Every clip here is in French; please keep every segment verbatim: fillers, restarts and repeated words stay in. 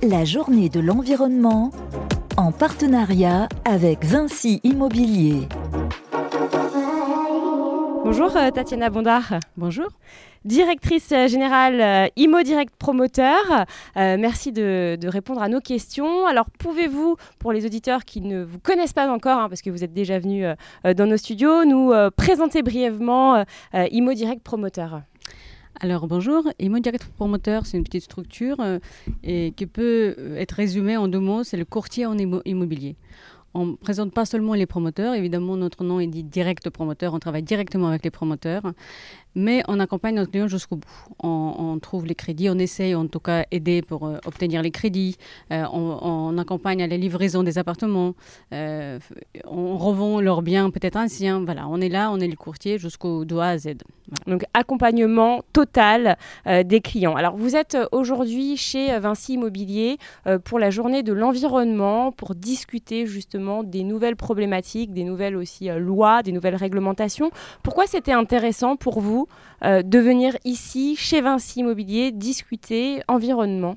La journée de l'environnement en partenariat avec Vinci Immobilier. Bonjour euh, Tatiana Bondard. Bonjour. Directrice générale euh, ImmoDirect Promoteur. Euh, merci de, de répondre à nos questions. Alors pouvez-vous, pour les auditeurs qui ne vous connaissent pas encore, hein, parce que vous êtes déjà venus euh, dans nos studios, nous euh, présenter brièvement euh, ImmoDirect Promoteur? Alors bonjour, ImmoDirect Promoteur, c'est une petite structure euh, et qui peut être résumée en deux mots, c'est le courtier en immo- immobilier. On ne présente pas seulement les promoteurs, évidemment notre nom est dit direct promoteur, on travaille directement avec les promoteurs, mais on accompagne notre client jusqu'au bout. On, on trouve les crédits, on essaye en tout cas aider pour euh, obtenir les crédits, euh, on, on accompagne à la livraison des appartements, euh, on revend leurs biens peut-être anciens, voilà, on est là, on est le courtier jusqu'au de A à Z. Voilà. Donc accompagnement total euh, des clients. Alors vous êtes aujourd'hui chez Vinci Immobilier euh, pour la journée de l'environnement, pour discuter justement des nouvelles problématiques, des nouvelles aussi euh, lois, des nouvelles réglementations. Pourquoi c'était intéressant pour vous euh, de venir ici chez Vinci Immobilier discuter environnement?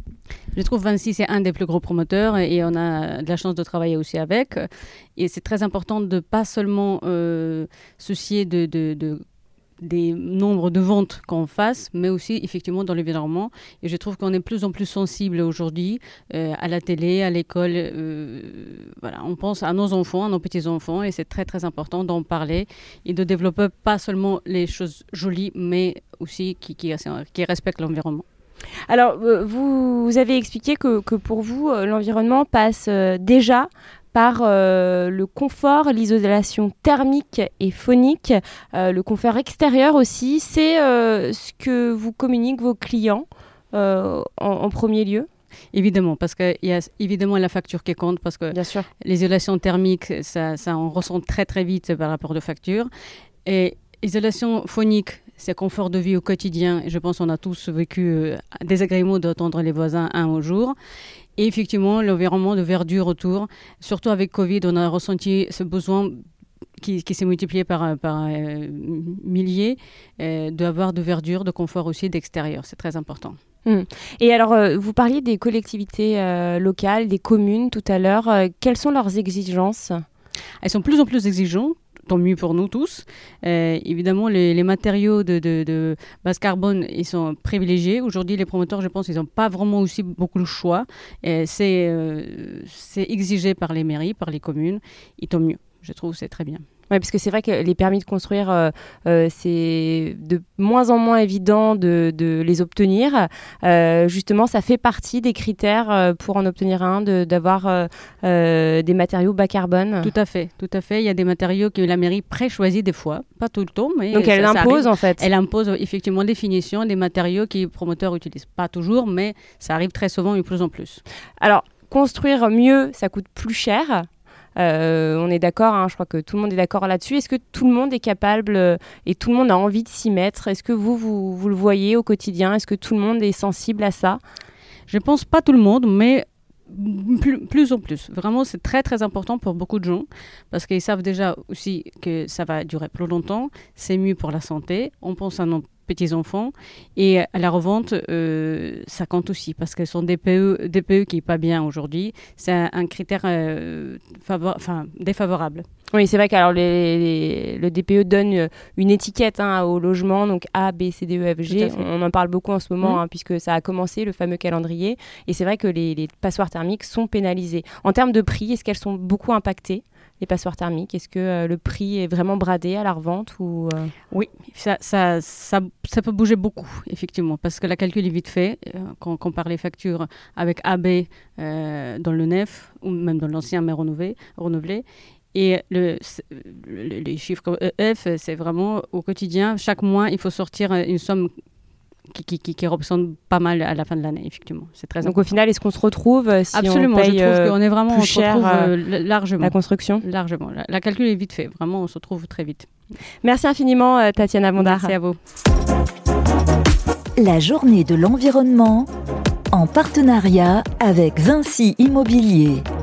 Je trouve Vinci, c'est un des plus gros promoteurs et on a de la chance de travailler aussi avec. Et c'est très important de ne pas seulement euh, soucier de, de, de des nombres de ventes qu'on fasse, mais aussi effectivement dans l'environnement. Et je trouve qu'on est de plus en plus sensible aujourd'hui euh, à la télé, à l'école. Euh, voilà, on pense à nos enfants, à nos petits-enfants, et c'est très très important d'en parler et de développer pas seulement les choses jolies, mais aussi qui, qui, qui respectent l'environnement. Alors, euh, vous, vous avez expliqué que, que pour vous, euh, l'environnement passe euh, déjà par euh, le confort, l'isolation thermique et phonique, euh, le confort extérieur aussi. C'est euh, ce que vous communiquent vos clients euh, en, en premier lieu? Évidemment, parce qu'il y a évidemment la facture qui compte, parce que Bien sûr. L'isolation thermique, ça, ça on ressent très très vite par rapport aux factures. Et isolation phonique, c'est confort de vie au quotidien. Et je pense qu'on a tous vécu euh, des agréments d'entendre les voisins un au jour. Et effectivement, l'environnement de verdure autour, surtout avec Covid, on a ressenti ce besoin qui, qui s'est multiplié par, par euh, milliers, euh, d'avoir de verdure, de confort aussi d'extérieur. C'est très important. Mmh. Et alors, euh, vous parliez des collectivités euh, locales, des communes tout à l'heure. Euh, quelles sont leurs exigences? Elles sont de plus en plus exigeantes. Tant mieux pour nous tous. Euh, évidemment, les, les matériaux de, de, de base carbone, ils sont privilégiés. Aujourd'hui, les promoteurs, je pense, ils n'ont pas vraiment aussi beaucoup de choix. Euh, c'est, euh, c'est exigé par les mairies, par les communes. Et tant mieux. Je trouve que c'est très bien. Oui, parce que c'est vrai que les permis de construire, euh, euh, c'est de moins en moins évident de, de les obtenir. Euh, justement, ça fait partie des critères euh, pour en obtenir un, de, d'avoir euh, euh, des matériaux bas carbone. Tout à fait, tout à fait. Il y a des matériaux que la mairie pré-choisit des fois, pas tout le temps, mais donc elle ça, impose ça en fait. Elle impose effectivement des finitions, des matériaux que les promoteurs n'utilisent pas toujours, mais ça arrive très souvent et de plus en plus. Alors, construire mieux, ça coûte plus cher. Euh, on est d'accord, hein, je crois que tout le monde est d'accord là-dessus. Est-ce que tout le monde est capable euh, et tout le monde a envie de s'y mettre? Est-ce que vous, vous, vous le voyez au quotidien? Est-ce que tout le monde est sensible à ça? Je ne pense pas tout le monde, mais plus, plus en plus. Vraiment, c'est très très important pour beaucoup de gens parce qu'ils savent déjà aussi que ça va durer plus longtemps. C'est mieux pour la santé. On pense à nos petits-enfants et à la revente, euh, ça compte aussi parce que son D P E, D P E qui n'est pas bien aujourd'hui, c'est un, un critère euh, favor- enfin, défavorable. Oui, c'est vrai que les, les, le D P E donne une étiquette hein, au logement, donc A, B, C, D, E, F, G. On en parle beaucoup en ce moment mmh. hein, puisque ça a commencé, le fameux calendrier. Et c'est vrai que les, les passoires thermiques sont pénalisées. En termes de prix, est-ce qu'elles sont beaucoup impactées, les passoires thermiques? Est-ce que euh, le prix est vraiment bradé à la revente ou euh... Oui, ça, ça, ça, ça peut bouger beaucoup, effectivement, parce que la calcul est vite fait. Euh, quand on compare les factures avec A B euh, dans le neuf, ou même dans l'ancien, mais renouvelé, renouvelé. Et le, le, les chiffres E F, c'est vraiment au quotidien. Chaque mois, il faut sortir une somme qui, qui, qui, qui représente pas mal à la fin de l'année, effectivement. C'est très Donc important. au final, est-ce qu'on se retrouve euh, si Absolument, on paye je trouve qu'on est vraiment, plus on cher se retrouve euh, euh, largement. La construction Largement. La, la calcul est vite fait. Vraiment, on se retrouve très vite. Merci infiniment, euh, Tatiana Bondard. Merci à vous. La journée de l'environnement en partenariat avec Vinci Immobilier.